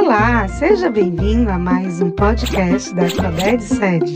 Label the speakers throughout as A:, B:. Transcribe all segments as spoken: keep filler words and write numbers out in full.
A: Olá, seja bem-vindo a mais um podcast da Sabed Sede.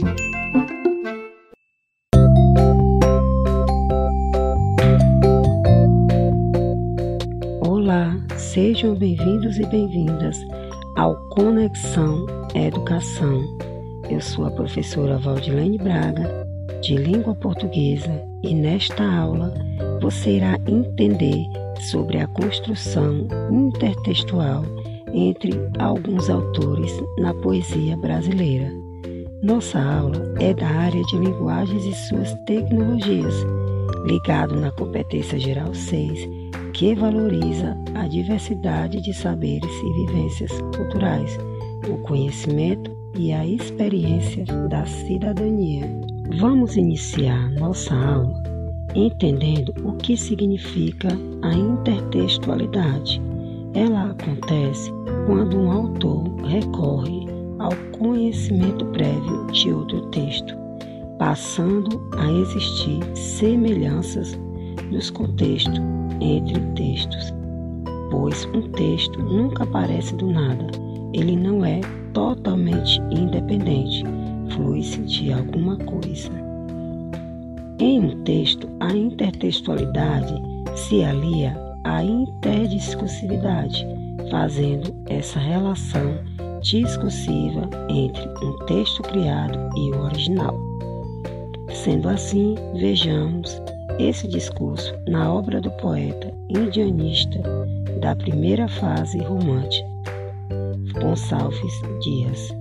B: Olá, sejam bem-vindos e bem-vindas ao Conexão Educação. Eu sou a professora Valdilene Braga, de Língua Portuguesa, e nesta aula você irá entender sobre a construção intertextual entre alguns autores na poesia brasileira. Nossa aula é da área de linguagens e suas tecnologias, ligado na competência geral seis, que valoriza a diversidade de saberes e vivências culturais, o conhecimento e a experiência da cidadania. Vamos iniciar nossa aula entendendo o que significa a intertextualidade. Ela acontece quando um autor recorre ao conhecimento prévio de outro texto, passando a existir semelhanças nos contextos entre textos, pois um texto nunca aparece do nada, ele não é totalmente independente, flui-se de alguma coisa. Em um texto, a intertextualidade se alia à interdiscursividade, fazendo essa relação discursiva entre um texto criado e o original. Sendo assim, vejamos esse discurso na obra do poeta indianista da primeira fase romântica, Gonçalves Dias.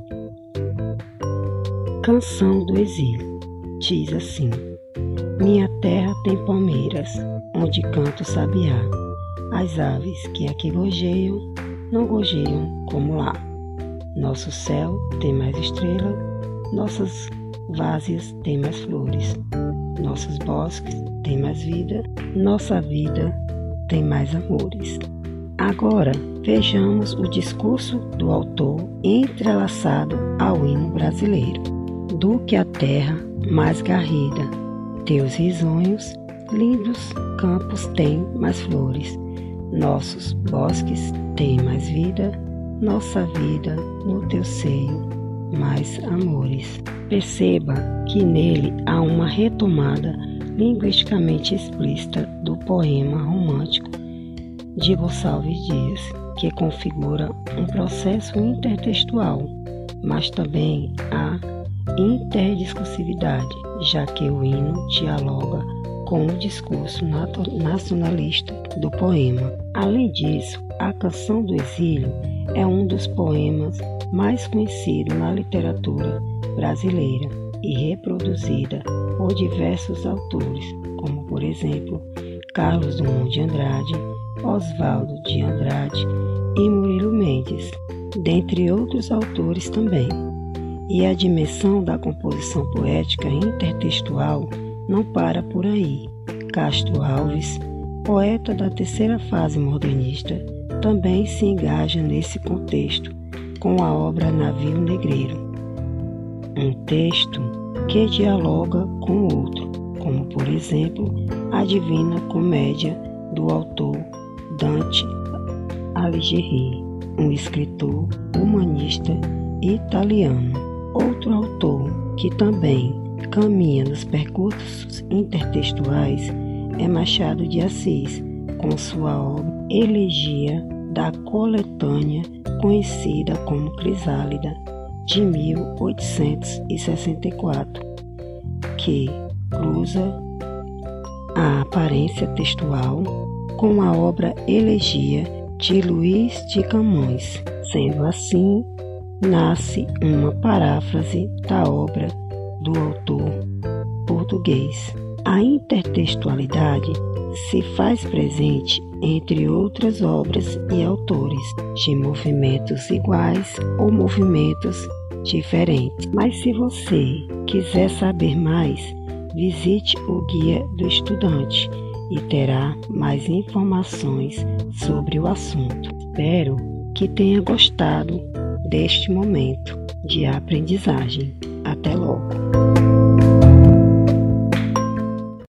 B: Canção do Exílio diz assim: minha terra tem palmeiras, onde canta o sabiá. As aves que aqui gojeiam, não gojeiam como lá. Nosso céu tem mais estrelas, nossas várzeas têm mais flores. Nossos bosques têm mais vida, nossa vida tem mais amores. Agora, vejamos o discurso do autor entrelaçado ao hino brasileiro. Do que a terra mais garrida, teus risonhos, lindos campos têm mais flores. Nossos bosques têm mais vida, nossa vida no teu seio mais amores. Perceba que nele há uma retomada linguisticamente explícita do poema romântico de Gonçalves Dias, que configura um processo intertextual, mas também há interdiscursividade, já que o hino dialoga com o discurso nacionalista do poema. Além disso, a Canção do Exílio é um dos poemas mais conhecidos na literatura brasileira e reproduzida por diversos autores, como por exemplo Carlos Drummond de Andrade, Oswaldo de Andrade e Murilo Mendes, dentre outros autores também. E a dimensão da composição poética intertextual não para por aí. Castro Alves, poeta da terceira fase modernista, também se engaja nesse contexto com a obra Navio Negreiro, um texto que dialoga com o outro, como por exemplo a Divina Comédia do autor Dante Alighieri, um escritor humanista italiano. Outro autor que também caminha nos percursos intertextuais é Machado de Assis, com sua obra Elegia da Coletânea, conhecida como Crisálida, de mil oitocentos e sessenta e quatro, que cruza a aparência textual com a obra Elegia de Luís de Camões. Sendo assim, nasce uma paráfrase da obra do autor português. A intertextualidade se faz presente entre outras obras e autores de movimentos iguais ou movimentos diferentes. Mas se você quiser saber mais, visite o Guia do Estudante e terá mais informações sobre o assunto. Espero que tenha gostado deste momento de aprendizagem. Até logo!